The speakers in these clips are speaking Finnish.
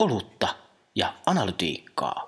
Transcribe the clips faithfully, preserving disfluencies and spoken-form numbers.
olutta ja analytiikkaa.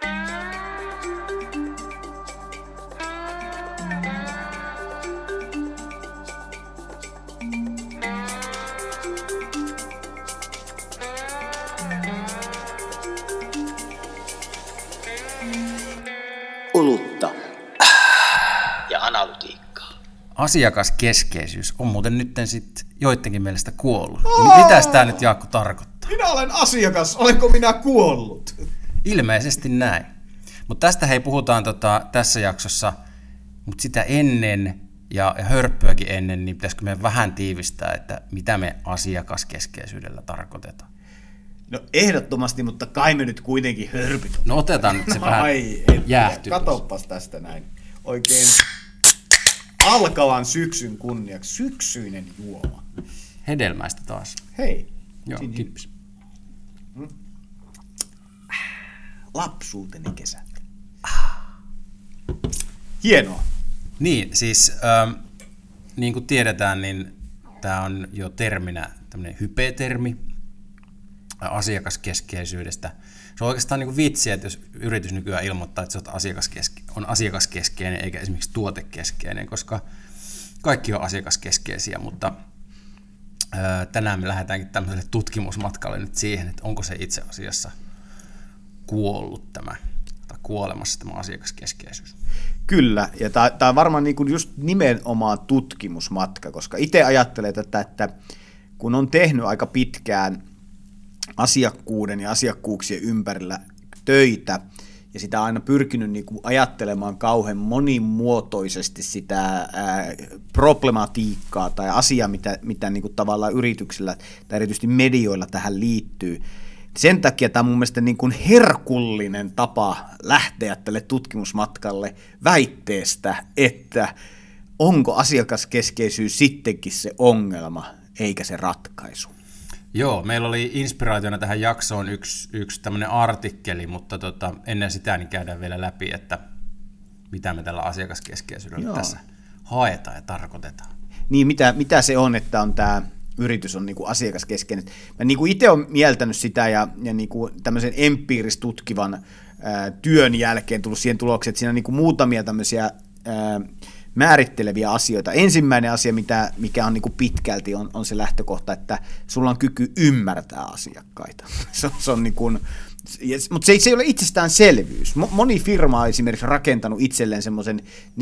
Olutta ja analytiikkaa. Asiakaskeskeisyys on muuten nyt sitten joidenkin mielestä kuollut. Oh! Mitäs tää nyt, Jaakko, tarkoittaa? Minä olen asiakas, olenko minä kuollut? Ilmeisesti näin. Mutta tästä hei puhutaan tota, tässä jaksossa, mutta sitä ennen ja, ja hörppyäkin ennen, niin pitäisikö meidän vähän tiivistää, että mitä me asiakaskeskeisyydellä tarkoitetaan? No ehdottomasti, mutta kai me nyt kuitenkin hörpyt. No otetaan nyt se vähän jäähtyy. Katoppas tästä näin. Oikein alkavan syksyn kunniaksi. Syksyinen juoma. Hedelmäistä taas. Hei. Joo, kippis. Hmm? Lapsuuteni kesät. Hienoa. Niin, siis ähm, niin kuin tiedetään, niin tämä on jo terminä tämmöinen hype-termi asiakaskeskeisyydestä. Se on oikeastaan niin kuin vitsi, että jos yritys nykyään ilmoittaa, että se on, asiakaskeske- on asiakaskeskeinen eikä esimerkiksi tuotekeskeinen, koska kaikki on asiakaskeskeisiä, mutta ää, tänään me lähdetäänkin tämmöiselle tutkimusmatkalle nyt siihen, että onko se itse asiassa kuollut tämä, tai kuolemassa tämä asiakaskeskeisyys. Kyllä, ja tämä on varmaan niin kuin just nimenomaan tutkimusmatka, koska itse ajattelee tätä, että kun on tehnyt aika pitkään asiakkuuden ja asiakkuuksien ympärillä töitä, ja sitä on aina pyrkinyt niin kuin ajattelemaan kauhean monimuotoisesti sitä ää, problematiikkaa tai asiaa, mitä, mitä niin kuin tavallaan yrityksillä tai erityisesti medioilla tähän liittyy. Sen takia tämä on mun mielestä niin kuin herkullinen tapa lähteä tälle tutkimusmatkalle väitteestä, että onko asiakaskeskeisyys sittenkin se ongelma, eikä se ratkaisu. Joo, meillä oli inspiraationa tähän jaksoon yksi, yksi tämmöinen artikkeli, mutta tota, ennen sitä niin käydään vielä läpi, että mitä me tällä asiakaskeskeisyydellä Joo. tässä haetaan ja tarkoitetaan. Niin, mitä, mitä se on, että on tämä yritys on niinku asiakaskeskeinen. Mä niinku itse olen mieltänyt sitä ja, ja niinku tämmöisen empiiristutkivan ää, työn jälkeen tullut siihen tulokseen, että siinä on niinku muutamia tämmöisiä ää, määritteleviä asioita. Ensimmäinen asia, mitä, mikä on niinku pitkälti, on, on se lähtökohta, että sulla on kyky ymmärtää asiakkaita. se, se on niinku, mutta se, se ei ole itsestäänselvyys. Moni firma on esimerkiksi rakentanut itselleen semmoisen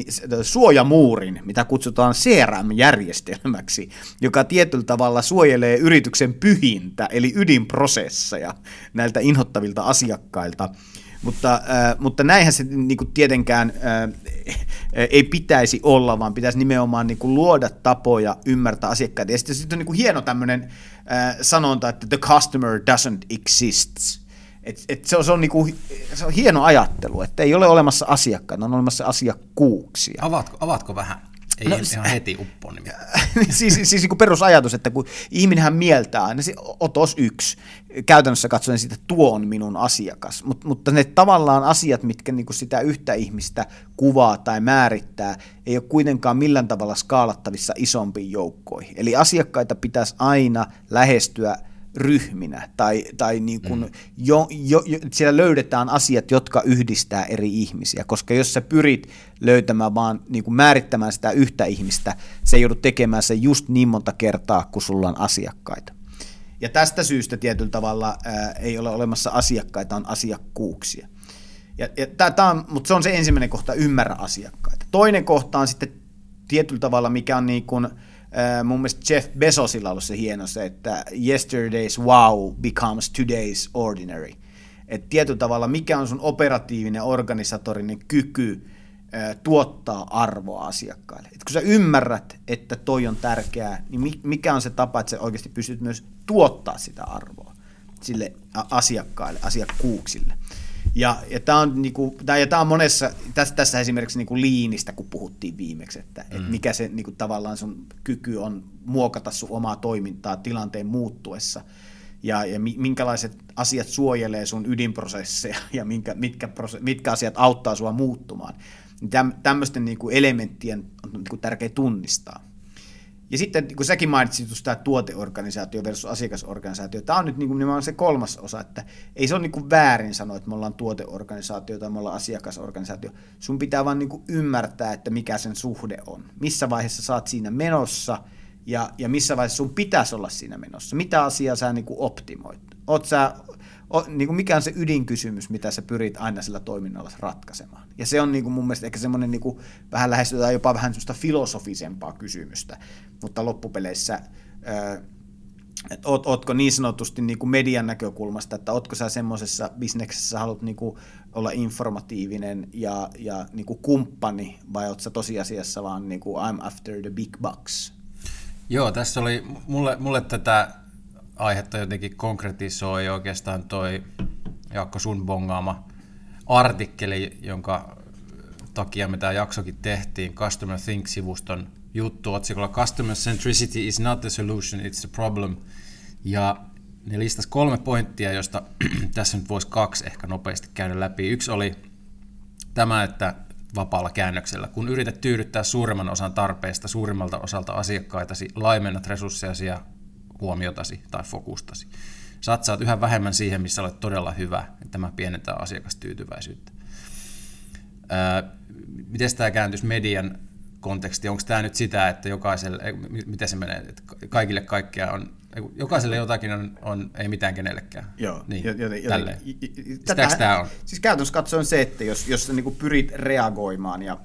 suojamuurin, mitä kutsutaan C R M-järjestelmäksi, joka tietyllä tavalla suojelee yrityksen pyhintä, eli ydinprosesseja näiltä inhottavilta asiakkailta. Mutta, äh, mutta näinhän se niin kuin tietenkään äh, ei pitäisi olla, vaan pitäisi nimenomaan niin kuin luoda tapoja ymmärtää asiakkaita. Ja sitten, sitten on niin kuin hieno tämmöinen äh, sanonta, että the customer doesn't exist. Et, et se, on, se, on niin kuin, se on hieno ajattelu, että ei ole olemassa asiakkaita, on olemassa asiakkuuksia. Avaatko, avaatko vähän? Ei no, ihan heti uppoa nimittäin. siis siis niin kuin perusajatus, että kun ihminenhän mieltää aina, se otos yksi, käytännössä katsoen siitä, tuo on minun asiakas, Mut, mutta ne tavallaan asiat, mitkä niin kuin sitä yhtä ihmistä kuvaa tai määrittää, ei ole kuitenkaan millään tavalla skaalattavissa isompiin joukkoihin. Eli asiakkaita pitäisi aina lähestyä ryhminä, tai, tai niin kuin mm. jo, jo, jo, siellä löydetään asiat, jotka yhdistää eri ihmisiä, koska jos sä pyrit löytämään vaan niin kuin määrittämään sitä yhtä ihmistä, se joudut tekemään sen just niin monta kertaa, kun sulla on asiakkaita. Ja tästä syystä tietyllä tavalla ää, ei ole olemassa asiakkaita, on asiakkuuksia. Ja, ja tää, tää on, mutta se on se ensimmäinen kohta, ymmärrä asiakkaita. Toinen kohta on sitten tietyllä tavalla, mikä on niin kuin mun mielestä Jeff Bezosilla on ollut se hieno se, että yesterday's wow becomes today's ordinary. Että tietyllä tavalla mikä on sun operatiivinen organisatorinen kyky ää, tuottaa arvoa asiakkaille. Et kun sä ymmärrät, että toi on tärkeää, niin mikä on se tapa, että sä oikeasti pystyt myös tuottaa sitä arvoa sille asiakkaille, asiakkuuksille. Ja, ja tämä on, niinku, on monessa, tässä, tässä esimerkiksi niinku liinistä, kun puhuttiin viimeksi, että mm. et mikä se niinku, tavallaan sun kyky on muokata sun omaa toimintaa tilanteen muuttuessa, ja, ja minkälaiset asiat suojelee sun ydinprosesseja, ja minkä, mitkä, mitkä asiat auttaa sua muuttumaan. Täm, tämmöisten niinku, elementtien on niinku, tärkeä tunnistaa. Ja sitten kun säkin mainitsit just tämä tuoteorganisaatio versus asiakasorganisaatio, tämä on nyt niin kuin nimenomaan se kolmas osa, että ei se ole niin kuin väärin sanoa, että me ollaan tuoteorganisaatio tai me ollaan asiakasorganisaatio. Sun pitää vaan niin kuin ymmärtää, että mikä sen suhde on. Missä vaiheessa sä oot siinä menossa ja, ja missä vaiheessa sun pitäisi olla siinä menossa. Mitä asiaa sä niin kuin optimoit? Oot sä, o, niin kuin mikä on se ydinkysymys, mitä sä pyrit aina sillä toiminnalla ratkaisemaan. Ja se on niin kuin mun mielestä ehkä semmoinen niin kuin vähän lähestytään jopa vähän semmoista filosofisempaa kysymystä, mutta loppupeleissä, että oot, ootko niin sanotusti niin kuin median näkökulmasta, että ootko sä semmoisessa bisneksessä, haluat niin kuin olla informatiivinen ja, ja niin kuin kumppani, vai oot sä tosiasiassa vaan niin kuin I'm after the big bucks? Joo, tässä oli, mulle, mulle tätä aihetta jotenkin konkretisoi oikeastaan toi Jaakko sun bongaama artikkeli, jonka takia me tämä jaksokin tehtiin, Customer Think-sivuston juttu otsikolla Customer Centricity is not the solution, it's the problem. Ja ne listasi kolme pointtia, josta tässä nyt voisi kaksi ehkä nopeasti käydä läpi. Yksi oli tämä, että vapaalla käännöksellä, kun yrität tyydyttää suuremman osan tarpeista suurimmalta osalta asiakkaitasi, laimennat resurssejasi ja huomiotasi tai fokustasi. Satsaat yhä vähemmän siihen, missä olet todella hyvä, että tämä pienentää asiakastyytyväisyyttä. Öö, miten tämä kääntyisi median konteksti? Onko tämä nyt sitä, että jokaiselle, miten se menee, että kaikille kaikkea on, jokaiselle jotakin on, on ei mitään kenellekään. Joo, niin, joten, tälleen. Tätä, tämä on? Siis käytännössä katsoen se, että jos, jos sä niin kuin pyrit reagoimaan ja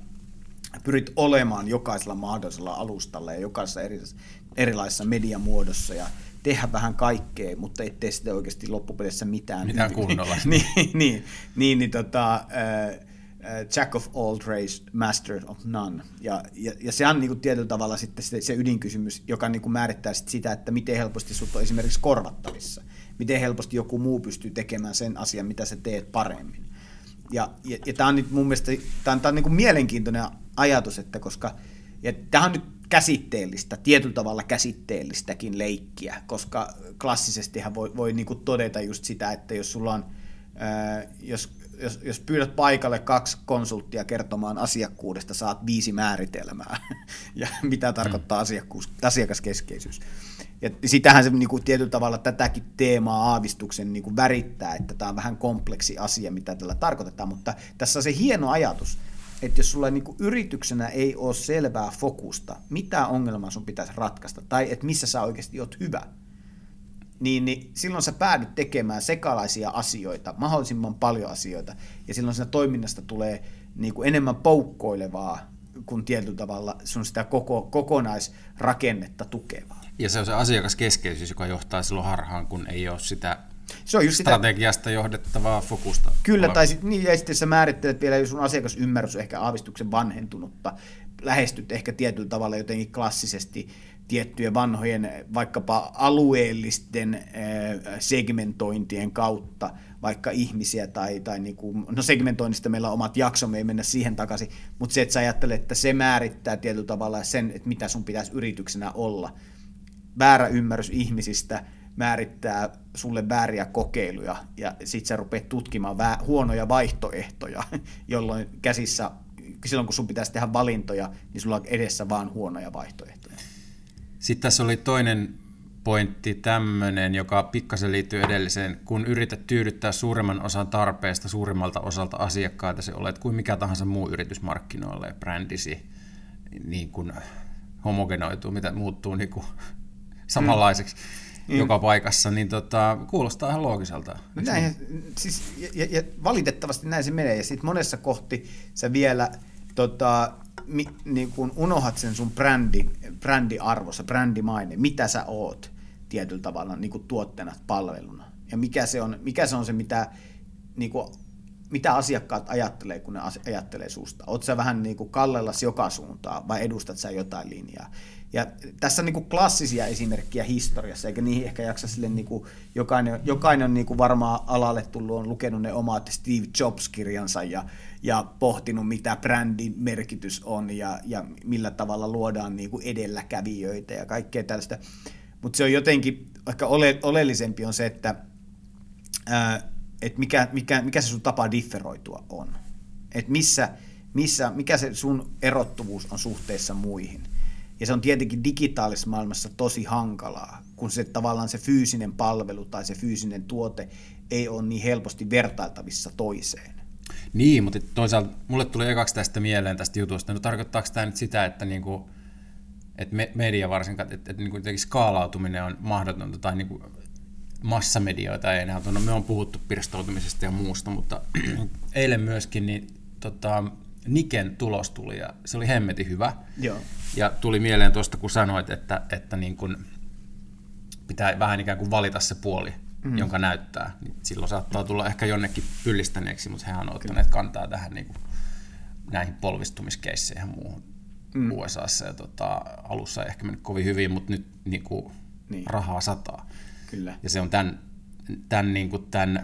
pyrit olemaan jokaisella mahdollisella alustalla ja jokaisessa eri, erilaisessa mediamuodossa ja tehdä vähän kaikkea, mutta et tee sitä oikeasti loppupelissä mitään. Mitään kunnolla. niin, niin, niin, niin tota, äh, Jack of all trades, master of none. Ja, ja, ja se on niin kuin tietyllä tavalla sitten se, se ydinkysymys, joka niin kuin määrittää sit sitä, että miten helposti sut on esimerkiksi korvattavissa. Miten helposti joku muu pystyy tekemään sen asian, mitä sä teet paremmin. Ja, ja, ja tämä on nyt mun mielestä tää on, tää on niin kuin mielenkiintoinen ajatus, että koska ja tämä on nyt käsitteellistä, tietyllä tavalla käsitteellistäkin leikkiä, koska klassisestihan voi, voi niin kuin todeta just sitä, että jos sulla on, ää, jos Jos, jos pyydät paikalle kaksi konsulttia kertomaan asiakkuudesta, saat viisi määritelmää, ja mitä tarkoittaa asiakkuus, asiakaskeskeisyys. Ja sitähän se niin kuin, tietyllä tavalla tätäkin teemaa aavistuksen niin kuin värittää, että tämä on vähän kompleksi asia, mitä tällä tarkoitetaan, mutta tässä on se hieno ajatus, että jos sulla niin kuin, yrityksenä ei ole selvää fokusta, mitä ongelmaa sun pitäisi ratkaista, tai että missä sä oikeasti oot hyvä, Niin, niin silloin sä päädyt tekemään sekalaisia asioita, mahdollisimman paljon asioita, ja silloin siinä toiminnasta tulee niin kuin enemmän poukkoilevaa kuin tietyllä tavalla sun sitä koko, kokonaisrakennetta tukevaa. Ja se on se asiakaskeskeisyys, joka johtaa silloin harhaan, kun ei ole sitä se on just strategiasta sitä johdettavaa fokusta. Kyllä, tai sit, niin, ja sitten sä määrittelet vielä, jos sun asiakasymmärrys on ehkä aavistuksen vanhentunutta, lähestyt ehkä tietyllä tavalla jotenkin klassisesti tiettyjen vanhojen vaikkapa alueellisten segmentointien kautta vaikka ihmisiä tai, tai niin kuin, no segmentoinnista meillä on omat jaksomme, ei mennä siihen takaisin, mutta se, että sä ajattelet, että se määrittää tietyllä tavalla sen, että mitä sun pitäisi yrityksenä olla. Väärä ymmärrys ihmisistä määrittää sulle vääriä kokeiluja ja sit sä rupeat tutkimaan vä- huonoja vaihtoehtoja, jolloin käsissä, silloin kun sun pitäisi tehdä valintoja, niin sulla on edessä vaan huonoja vaihtoehtoja. Sitten tässä oli toinen pointti tämmöinen, joka pikkasen liittyy edelliseen. Kun yrität tyydyttää suuremman osan tarpeesta suurimmalta osalta asiakkaita, se olet kuin mikä tahansa muu yritysmarkkinoilla ja brändisi niin kuin homogenoituu, mitä muuttuu niin kuin samanlaiseksi mm. joka paikassa, niin tota, kuulostaa ihan loogiselta. Näin, siis, ja, ja valitettavasti näin se menee, ja sitten monessa kohti sä vielä tota, mi, niin kun unohat sen sun brändi, brändiarvo, se brändimaine, mitä sä oot tietyllä tavalla niin kuin tuotteena, palveluna, ja mikä se on, mikä se, on se mitä, niin kuin, mitä asiakkaat ajattelee, kun ne ajattelee susta. Oot sä vähän niin kuin kallellas joka suuntaan, vai edustat sä jotain linjaa? Ja tässä on niin kuin klassisia esimerkkejä historiassa, eikä niihin ehkä jaksa sille, niin kuin jokainen, jokainen on niin kuin varmaan alalle tullut, on lukenut ne omat Steve Jobs-kirjansa ja, ja pohtinut, mitä brändin merkitys on ja, ja millä tavalla luodaan niin kuin edelläkävijöitä ja kaikkea tällaista. Mutta se on jotenkin, ehkä ole, oleellisempi on se, että, ää, että mikä, mikä, mikä se sun tapa differoitua on. Että missä, missä, mikä se sun erottuvuus on suhteessa muihin. Ja se on tietenkin digitaalisessa maailmassa tosi hankalaa, kun se tavallaan se fyysinen palvelu tai se fyysinen tuote ei ole niin helposti vertailtavissa toiseen. Niin, mutta toisaalta mulle tuli ekaksi tästä mieleen tästä jutusta. No tarkoittaako tämä nyt sitä, että, niinku, että media varsinkaan, että, että niinku skaalautuminen on mahdotonta tai niinku massamedioita ei enää. No, me on puhuttu pirstoutumisesta ja muusta, mutta eilen myöskin niin, tota, Niken tulos tuli ja se oli hemmetin hyvä. Joo. Ja tuli mieleen tuosta, kun sanoit, että, että niin kun pitää vähän ikään kuin valita se puoli, mm. jonka näyttää. Niin silloin saattaa tulla ehkä jonnekin pyllistäneeksi, mutta hehän on ottaneet kantaa tähän niin kuin, näihin polvistumiskeisseihin ja muuhun mm. U S A:ssa. Ja, tota, alussa ei ehkä mennyt kovin hyvin, mutta nyt niin kuin, niin. rahaa sataa. Kyllä. Ja se on tämän, tämän, niin kuin, tämän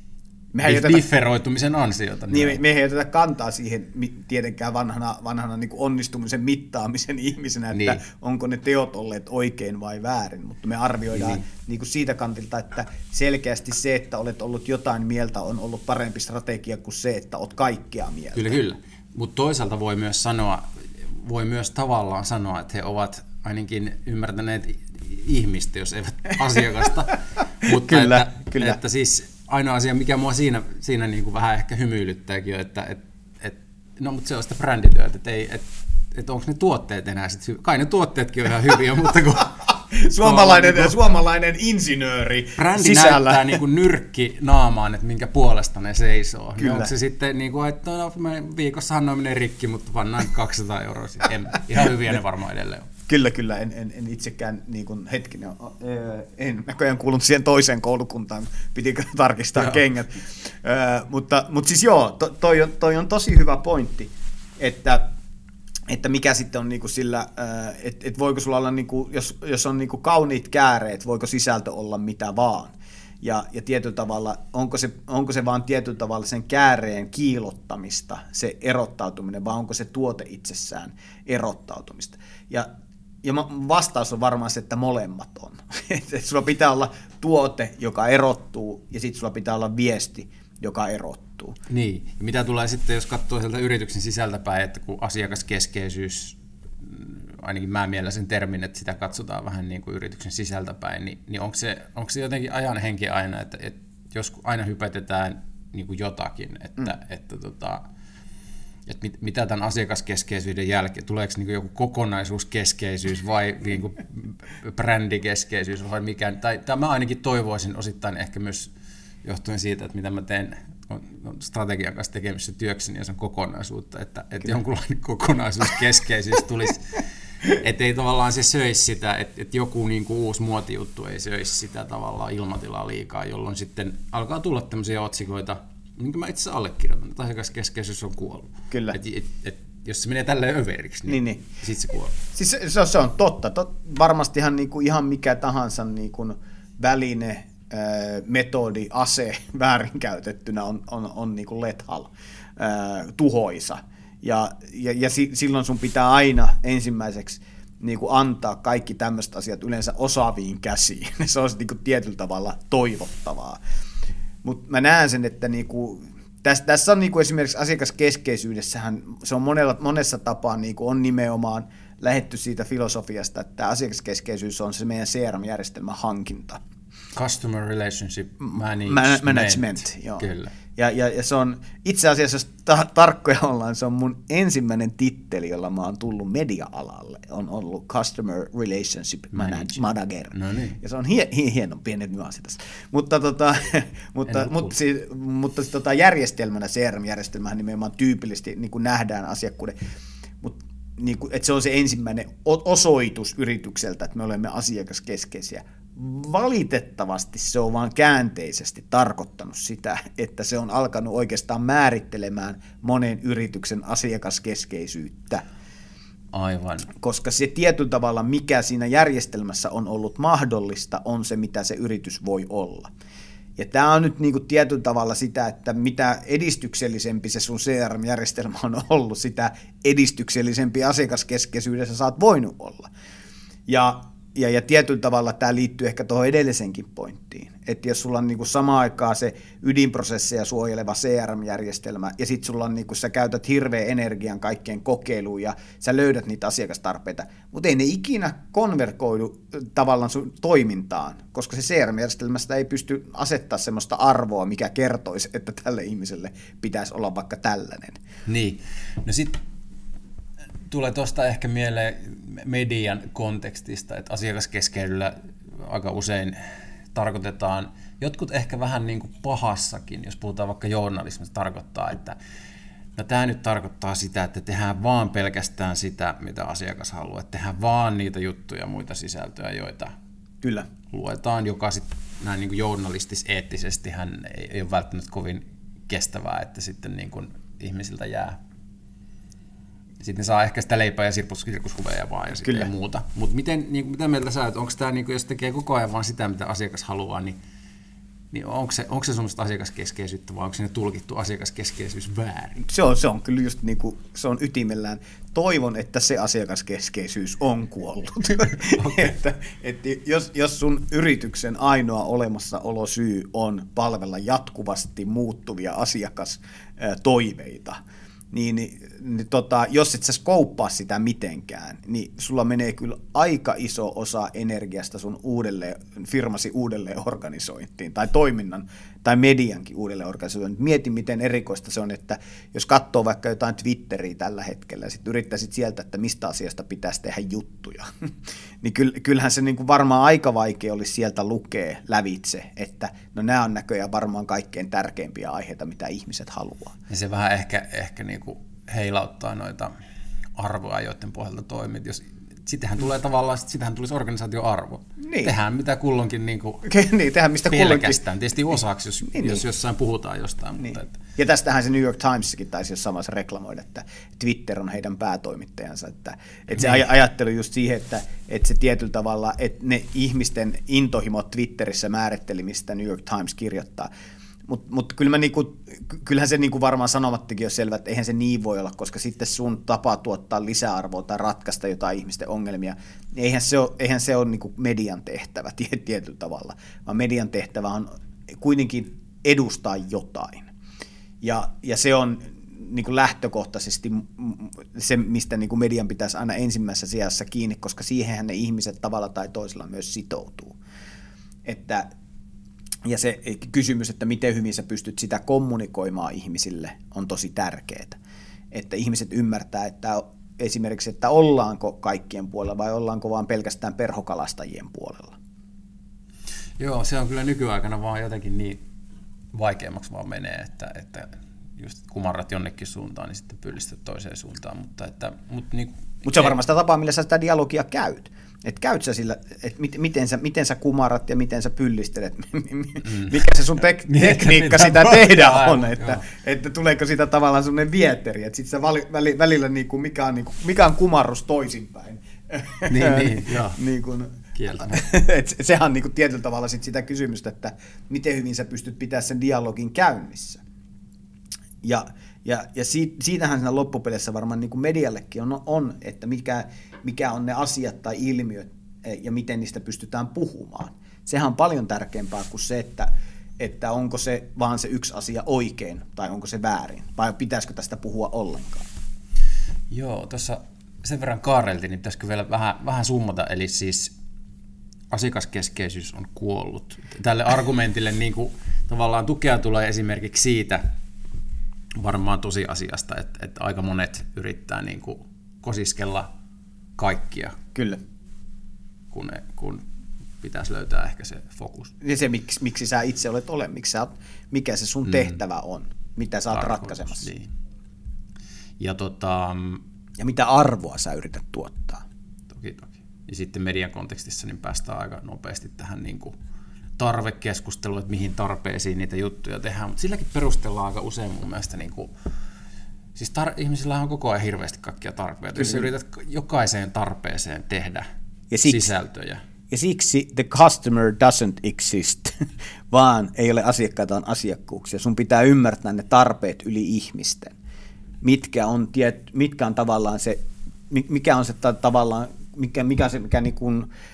Mehän differoitumisen ansiota. Niin, me, me ei oteta kantaa siihen tietenkään vanhana, vanhana niin kuin onnistumisen mittaamisen ihmisenä, että niin. onko ne teot olleet oikein vai väärin, mutta me arvioidaan niin. Niin kuin siitä kantilta, että selkeästi se, että olet ollut jotain mieltä, on ollut parempi strategia kuin se, että olet kaikkea mieltä. Kyllä, kyllä. Mutta toisaalta voi myös sanoa, voi myös tavallaan sanoa, että he ovat ainakin ymmärtäneet ihmistä, jos eivät asiakasta. Mutta kyllä, että, kyllä. että siis ainoa asia, mikä mua siinä, siinä niin kuin vähän ehkä hymyilyttääkin, on, että et, et, no mutta se on sitä brändityötä, että et, et onko ne tuotteet enää sitten hyviä. Kai ne tuotteetkin on ihan hyviä, mutta kun Suomalainen, niin suomalainen insinööri brändi sisällä. näyttää niin kuin nyrkki naamaan, että minkä puolesta ne seisoo. Niin onko se sitten, niin kuin, että no, viikossahan ne menee rikki, mutta pannaan kaksisataa euroa. En, ihan hyviä ne varmaan edelleen on. Kyllä, kyllä. En, en, en itsekään niin kuin, hetkinen, en näköjään kuulunut siihen toiseen koulukuntaan, pitikö tarkistaa joo. kengät. Ö, mutta, mutta siis joo, to, toi, on, toi on tosi hyvä pointti, että että mikä sitten on niinku sillä, että et voiko sulla olla, niinku, jos, jos on niinku kauniit kääreet, voiko sisältö olla mitä vaan. Ja, ja tietyllä tavalla, onko se, onko se vaan tietyllä tavalla sen kääreen kiilottamista, se erottautuminen, vai onko se tuote itsessään erottautumista. Ja, ja vastaus on varmaan se, että molemmat on. Että sulla pitää olla tuote, joka erottuu, ja sitten sulla pitää olla viesti, joka erottuu. Niin, ja mitä tulee sitten, jos katsoo sieltä yrityksen sisältäpäin, että kun asiakaskeskeisyys, ainakin mä mielen sen termin, että sitä katsotaan vähän niin kuin yrityksen sisältäpäin, niin, niin onko, se, onko se jotenkin ajan henki aina, että, että jos aina hypätetään niin kuin jotakin, että, mm. että, että, tota, että mit, mitä tämän asiakaskeskeisyyden jälkeen, tuleeko niin kuin joku kokonaisuuskeskeisyys vai niin kuin brändikeskeisyys vai mikä, tai, tai mä ainakin toivoisin osittain ehkä myös johtuen siitä, että mitä mä teen strategian kanssa tekemisissä työkseni ja sen kokonaisuutta, että, että jonkunlainen kokonaisuuskeskeisyys tulisi, ettei tavallaan se söisi sitä, että, että joku niin kuin uusi muotijuttu ei söisi sitä tavallaan ilmatilaa liikaa, jolloin sitten alkaa tulla tämmöisiä otsikoita, minkä mä itse asiassa allekirjoitan, että asiakaskeskeisyys on kuollut. Kyllä. Et, et, et, jos se menee tälleen överiksi, niin, niin, niin. sitten se kuolee. Siis se, se on totta. Tot, varmastihan niin kuin ihan mikä tahansa niin kuin väline, metodi, ase väärinkäytettynä on, on, on niin kuin lethal, ää, tuhoisa. Ja, ja, ja si, silloin sun pitää aina ensimmäiseksi niin kuin antaa kaikki tämmöiset asiat yleensä osaaviin käsiin. Se on niin kuin tietyllä tavalla toivottavaa. Mutta mä näen sen, että niin kuin, tässä, tässä on niin kuin esimerkiksi asiakaskeskeisyydessähän, se on monella, monessa tapaa niin kuin on nimenomaan lähdetty siitä filosofiasta, että asiakaskeskeisyys on se meidän C R M-järjestelmän hankinta. Customer Relationship Management. Management, joo. Kyllä. Ja, ja, ja se on, itse asiassa, jos ta- tarkkoja ollaan, se on mun ensimmäinen titteli, jolla mä oon tullut media-alalle, on ollut Customer Relationship Manager. Manager. No niin. Ja se on hie- hie- hieno, pienet nyanssit tässä. Mutta, tota, mutta, mutta, siis, mutta siis, tota, järjestelmänä, C R M-järjestelmähän nimenomaan tyypillisesti niin kuin nähdään asiakkuuden, mutta niin kuin, että se on se ensimmäinen osoitus yritykseltä, että me olemme asiakaskeskeisiä. Valitettavasti se on vaan käänteisesti tarkoittanut sitä, että se on alkanut oikeastaan määrittelemään monen yrityksen asiakaskeskeisyyttä. Aivan. Koska se tietyllä tavalla, mikä siinä järjestelmässä on ollut mahdollista, on se, mitä se yritys voi olla. Ja tämä on nyt niinku tietyllä tavalla sitä, että mitä edistyksellisempi se sun C R M-järjestelmä on ollut, sitä edistyksellisempi asiakaskeskeisyydessä sä oot voinut olla. Ja ja, ja tietyllä tavalla tämä liittyy ehkä tuohon edellisenkin pointtiin, että jos sulla on niinku samaan aikaan se ydinprosesseja suojeleva C R M-järjestelmä, ja sitten sulla on, niinku, sä käytät hirveän energian kaikkeen kokeiluun, ja sä löydät niitä asiakastarpeita, mutta ei ne ikinä konvergoidu tavallaan sun toimintaan, koska se C R M-järjestelmästä ei pysty asettaa semmoista arvoa, mikä kertoisi, että tälle ihmiselle pitäisi olla vaikka tällainen. Niin, no sitten tulee tuosta ehkä mieleen median kontekstista, että asiakaskeskeilyllä aika usein tarkoitetaan, jotkut ehkä vähän niin kuin pahassakin, jos puhutaan vaikka journalismista, tarkoittaa, että no tämä nyt tarkoittaa sitä, että tehdään vaan pelkästään sitä, mitä asiakas haluaa, että tehdään vaan niitä juttuja ja muita sisältöjä, joita Kyllä. luetaan, joka sitten näin niin kuin journalistis-eettisesti hän ei, ei ole välttämättä kovin kestävää, että sitten niin kuin ihmisiltä jää. Sitten ne saa ehkä sitä leipää ja sirkushuveja vaan ja, ja muuta. Mutta miten, niin, mitä mieltä sä, että onko tämä, niin jos tekee koko ajan vaan sitä, mitä asiakas haluaa, niin, niin onko se, onko se semmoista asiakaskeskeisyyttä vai onko siinä tulkittu asiakaskeskeisyys väärin? Se on, se on kyllä just niin kuin, se on ytimellään. Toivon, että se asiakaskeskeisyys on kuollut. Okay. että, että jos, jos sun yrityksen ainoa olemassaolosyy on palvella jatkuvasti muuttuvia asiakastoiveita, niin, niin, niin tota, jos et sä skouppaa sitä mitenkään, niin sulla menee kyllä aika iso osa energiasta sun uudelleen, firmasi uudelleen organisointiin tai toiminnan tai mediankin uudelleen organisointiin. Mieti, miten erikoista se on, että jos katsoo vaikka jotain Twitteriä tällä hetkellä ja sitten yrittäisit sieltä, että mistä asiasta pitäisi tehdä juttuja, niin kyllähän se niin kuin varmaan aika vaikea olisi sieltä lukea lävitse, että no nämä on näköjään varmaan kaikkein tärkeimpiä aiheita, mitä ihmiset haluaa. Ja se vähän ehkä, ehkä niin kuin heilauttaa noita arvoja, joiden pohjalta toimit. Jos, sittenhän tulee tavallaan, sittenhän tulisi organisaatioarvo. Niin. Tehdään mitä kulloinkin niin kuin niin, tehdään mistä pelkästään. Tietysti osaksi, jos, niin, jos niin. jossain puhutaan jostain. Niin. Mutta että. Ja tästähän se New York Timeskin taisi jos samassa reklamoida, että Twitter on heidän päätoimittajansa. Että, että se niin. ajattelu just siihen, että, että se tietyllä tavalla, että ne ihmisten intohimot Twitterissä määritteli, mistä New York Times kirjoittaa. Mutta mut kyllä niinku, kyllähän se niinku varmaan sanomattakin on selvä, että eihän se niin voi olla, koska sitten sun tapa tuottaa lisäarvoa tai ratkaista jotain ihmisten ongelmia, niin eihän se ole, eihän se ole niinku median tehtävä tietyllä tavalla, vaan median tehtävä on kuitenkin edustaa jotain. Ja, ja se on niinku lähtökohtaisesti se, mistä niinku median pitäisi aina ensimmäisessä sijassa kiinni, koska siihenhän ne ihmiset tavalla tai toisella myös sitoutuu. Että ja se kysymys, että miten hyvin sä pystyt sitä kommunikoimaan ihmisille, on tosi tärkeää. Että ihmiset ymmärtää, että esimerkiksi, että ollaanko kaikkien puolella vai ollaanko vaan pelkästään perhokalastajien puolella. Joo, se on kyllä nykyaikana vaan jotenkin niin vaikeammaksi vaan menee, että, että just kumarrat jonnekin suuntaan, niin sitten pyllistät toiseen suuntaan. Mutta, että, mutta niin, Mut se on varmaan sitä tapaa, millä sä sitä dialogia käyt. Että käyt sä sillä, että miten sä, miten sä kumarat ja miten sä pyllistelet, mikä se sun tek- tekniikka sitä tehdä on, että, että tuleeko sitä tavallaan sellainen vieteri, että sit sä vali, väli, välillä niinku, mikä, on, niinku, mikä on kumarrus toisinpäin. Niin, niin, joo. niin kun, Kieltämättä. Et sehän on niinku tietyllä tavalla sit sitä kysymystä, että miten hyvin sä pystyt pitämään sen dialogin käynnissä. Ja, ja, ja siitä, siitähän siinä loppupeleissä varmaan niin kuin mediallekin on, on, että mikä, mikä on ne asiat tai ilmiöt ja miten niistä pystytään puhumaan. Sehän on paljon tärkeämpää kuin se, että, että onko se vaan se yksi asia oikein tai onko se väärin, vai pitäisikö tästä puhua ollenkaan. Joo, tuossa sen verran kaareltiin, niin pitäisikö vielä vähän, vähän summata, eli siis asiakaskeskeisyys on kuollut. Tälle argumentille niin kuin, tavallaan tukea tulee esimerkiksi siitä, varmaan tosiasiasta, että, että aika monet yrittää niin kuin kosiskella kaikkia, Kyllä. Kun, ne, kun pitäisi löytää ehkä se fokus. Ja se, miksi, miksi sä itse olet ole, miksi sä, mikä se sun tehtävä on, mitä sä oot Tarkoitus, ratkaisemassa. Niin. Ja, tota, ja mitä arvoa sä yrität tuottaa. Toki, toki. Ja sitten median kontekstissa niin päästään aika nopeasti tähän niin kuin tarvekeskusteluun, että mihin tarpeisiin niitä juttuja tehdään, mutta silläkin perustellaan aika usein mun mielestä, niin kuin, siis tar- ihmisillä on koko ajan hirveästi kaikkia tarpeita, jos yrität jokaiseen tarpeeseen tehdä ja siksi, sisältöjä. Ja siksi the customer doesn't exist, vaan ei ole asiakkaita, on asiakkuuksia. Sun pitää ymmärtää ne tarpeet yli ihmisten. Mitkä on, tiet, mitkä on tavallaan se, mikä on se tavallaan, mikä, mikä on se, mikä niin kuin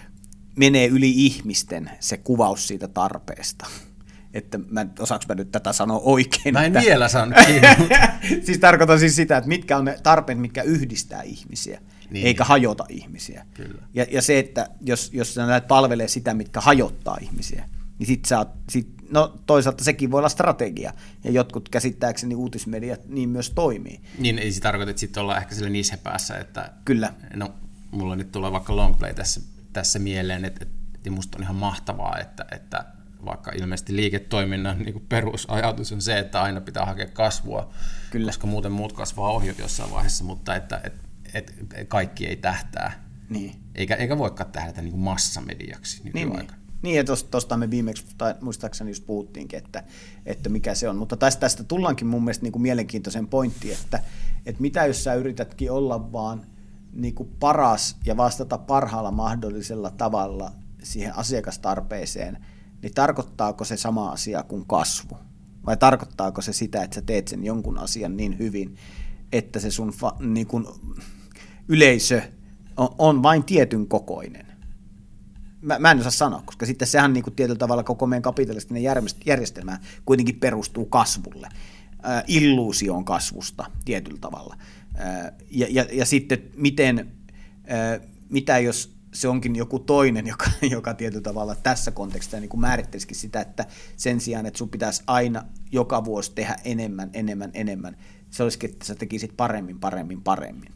menee yli ihmisten se kuvaus siitä tarpeesta. Että mä, osaanko mä nyt tätä sanoa oikein? Mä en että... vielä saanut kiinni. Siis tarkoitan siis sitä, että mitkä on ne tarpeet, mitkä yhdistää ihmisiä, niin, eikä hajota ihmisiä. Kyllä. Ja, ja se, että jos, jos sä näet palvelee sitä, mitkä hajottaa ihmisiä, niin sit sä oot, sit, no toisaalta sekin voi olla strategia, ja jotkut käsittääkseni uutismediat niin myös toimii. Niin ei se tarkoita, että sitten ollaan ehkä sille nisepäässä, että Kyllä. No, mulla nyt tulee vaikka longplay tässä, tässä mieleen, että, että musta on ihan mahtavaa, että, että vaikka ilmeisesti liiketoiminnan niin kuin perusajatus on se, että aina pitää hakea kasvua, Kyllä. koska muuten muut kasvaa ohi jossain vaiheessa, mutta että, että, että kaikki ei tähtää, niin. eikä, eikä voikaan tähdätä niin kuin massamediaksi nykyaikana. Niin, niin, ja tuosta me viimeksi, tai muistaakseni just puhuttiinkin, että, että mikä se on. Mutta tästä, tästä tullaankin mun mielestä niin kuin mielenkiintoisen pointtiin, että, että mitä jos sä yritätkin olla vaan niin kuin paras ja vastata parhaalla mahdollisella tavalla siihen asiakastarpeeseen, niin tarkoittaako se sama asia kuin kasvu? Vai tarkoittaako se sitä, että sä teet sen jonkun asian niin hyvin, että se sun fa, niin kuin yleisö on, on vain tietyn kokoinen? Mä, mä en osaa sanoa, koska sitten sehän niin kuin tietyllä tavalla koko meidän kapitalistinen järjestelmä kuitenkin perustuu kasvulle, äh, illuusioon kasvusta tietyllä tavalla. Äh, ja, ja, ja sitten miten, äh, mitä jos se onkin joku toinen, joka, joka tietyllä tavalla tässä kontekstissa niin kuin määrittelisikin sitä, että sen sijaan, että sun pitäisi aina joka vuosi tehdä enemmän, enemmän, enemmän, se olisikin, että sä tekisit paremmin, paremmin, paremmin.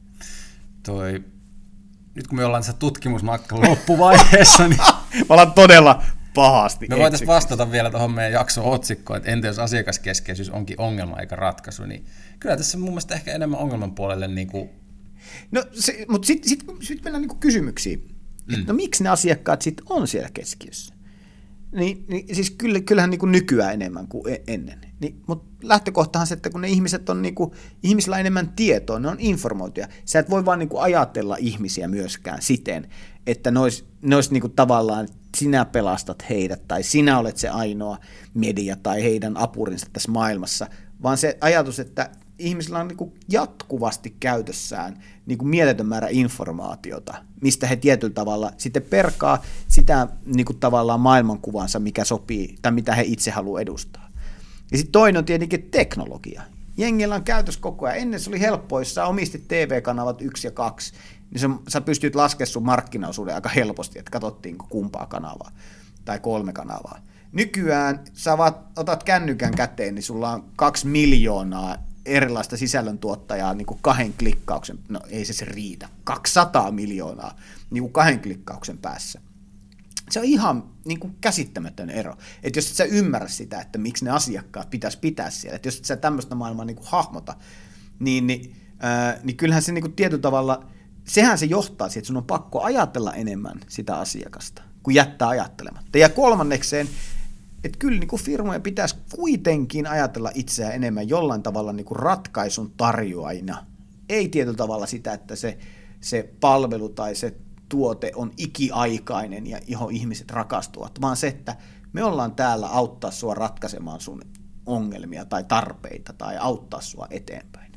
Toi, nyt kun me ollaan tässä tutkimusmatkan loppuvaiheessa, niin mä olen todella pahasti. Me voitaisiin vastata vielä tuohon meidän jakson otsikkoon, että entä jos asiakaskeskeisyys onkin ongelma eikä ratkaisu, niin kyllä tässä mun mielestä ehkä enemmän ongelman puolelle niin kuin No, se, mutta sitten sit, sit mennään niinku kysymyksiin. Mm. No miksi ne asiakkaat sitten on siellä keskiössä? Niin, niin, siis kyllä, kyllähän niinku nykyään enemmän kuin ennen. Niin, mutta lähtökohtahan se, että kun ne ihmiset on, niinku, ihmisillä on enemmän tietoa, ne on informoituja. Sä et voi vaan niinku ajatella ihmisiä myöskään siten, että ne olisi, ne olisi niinku tavallaan, sinä pelastat heidät tai sinä olet se ainoa media tai heidän apurinsa tässä maailmassa, vaan se ajatus, että ihmisillä on niin kuin jatkuvasti käytössään niin kuin mieletön määrä informaatiota, mistä he tietyllä tavalla sitten perkaa sitä niin kuin tavallaan maailmankuvansa, mikä sopii tai mitä he itse haluavat edustaa. Ja sitten toinen on tietenkin teknologia. Jengillä on käytössä koko ajan. Ennen se oli helppoa, jos sä omistit T V-kanavat yksi ja kaksi, niin sä, sä pystyt laskemaan sun markkinaosuuden aika helposti, että katsottiin kumpaa kanavaa tai kolme kanavaa. Nykyään sä vaat, otat kännykän käteen, niin sulla on kaksi miljoonaa erilaista sisällöntuottajaa niin kuin kahden klikkauksen, no ei se se riitä, kaksisataa miljoonaa niin kuin kahden klikkauksen päässä. Se on ihan niin kuin käsittämätön ero. Että jos et sä ymmärrä sitä, että miksi ne asiakkaat pitäisi pitää siellä, että jos et sä tämmöistä maailmaa niin kuin hahmota, niin, niin, ää, niin kyllähän se niin kuin tietyllä tavalla, sehän se johtaa siihen, että sun on pakko ajatella enemmän sitä asiakasta, kuin jättää ajattelematta. Ja kolmannekseen, että kyllä niin kuin firmojen pitäisi kuitenkin ajatella itseään enemmän jollain tavalla niin kuin ratkaisun tarjoajina. Ei tietyllä tavalla sitä, että se, se palvelu tai se tuote on ikiaikainen ja johon ihmiset rakastuvat, vaan se, että me ollaan täällä auttaa sua ratkaisemaan sun ongelmia tai tarpeita tai auttaa sua eteenpäin.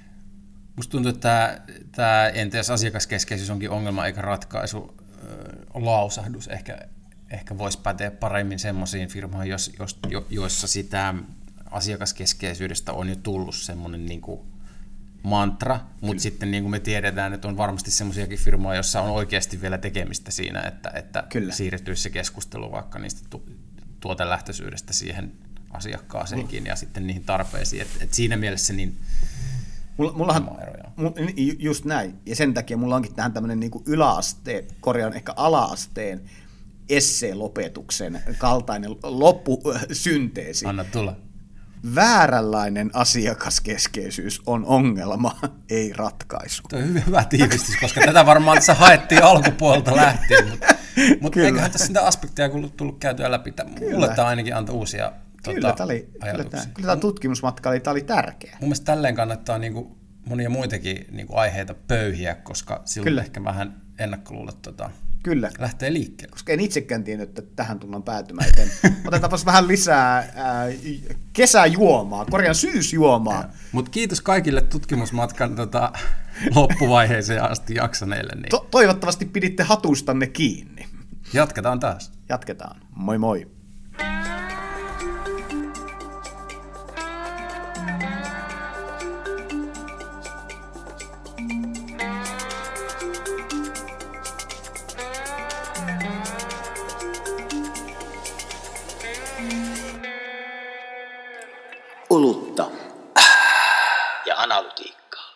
Musta tuntuu, että tämä, tämä entä jos asiakaskeskeisyys onkin ongelma eikä ratkaisu, lausahdus ehkä ehkä voisi päteä paremmin semmoisiin firmoihin, jos, jos, jo, joissa sitä asiakaskeskeisyydestä on jo tullut semmoinen niin kuin mantra, mutta sitten niin kuin me tiedetään, että on varmasti semmoisiakin firmoja, joissa on oikeasti vielä tekemistä siinä, että, että siirtyisi se keskustelu vaikka niistä tu- tuotelähtöisyydestä siihen asiakkaaseenkin ja sitten niihin tarpeisiin. Et, et siinä mielessä niin Mullahan, just näin, ja sen takia mulla onkin tähän tämmöinen niin kuin yläasteen, korjaan ehkä ala-asteen essee-lopetuksen kaltainen loppusynteesi. Anna tulla. Vääränlainen asiakaskeskeisyys on ongelma, ei ratkaisu. Tuo on hyvin hyvä tiivistys, koska tätä varmaan tässä haettiin alkupuolelta lähtien, mutta, mutta eiköhän tässä sitä aspekteja tullut käytyä läpi. Mulle tämä ainakin antoi uusia Kyllä, tota, tämä oli, ajatuksia. kyllä, tämä, kyllä tämä tutkimusmatka oli, tämä oli tärkeä. Mun mielestä tälleen kannattaa niin kuin monia muitakin niin kuin aiheita pöyhiä, koska silloin kyllä. ehkä vähän ennakkoluulot tota, kyllä. lähtee liikkeelle. Koska en itsekään tiennyt, että tähän tullaan päätymään. Otetaanpas vähän lisää ää, kesäjuomaa, korjaan syysjuomaa. Mutta kiitos kaikille tutkimusmatkan tota, loppuvaiheeseen asti jaksaneille. Niin. To- toivottavasti piditte hatustanne kiinni. Jatketaan taas. Jatketaan. Moi moi. Olutta ja analytiikkaa.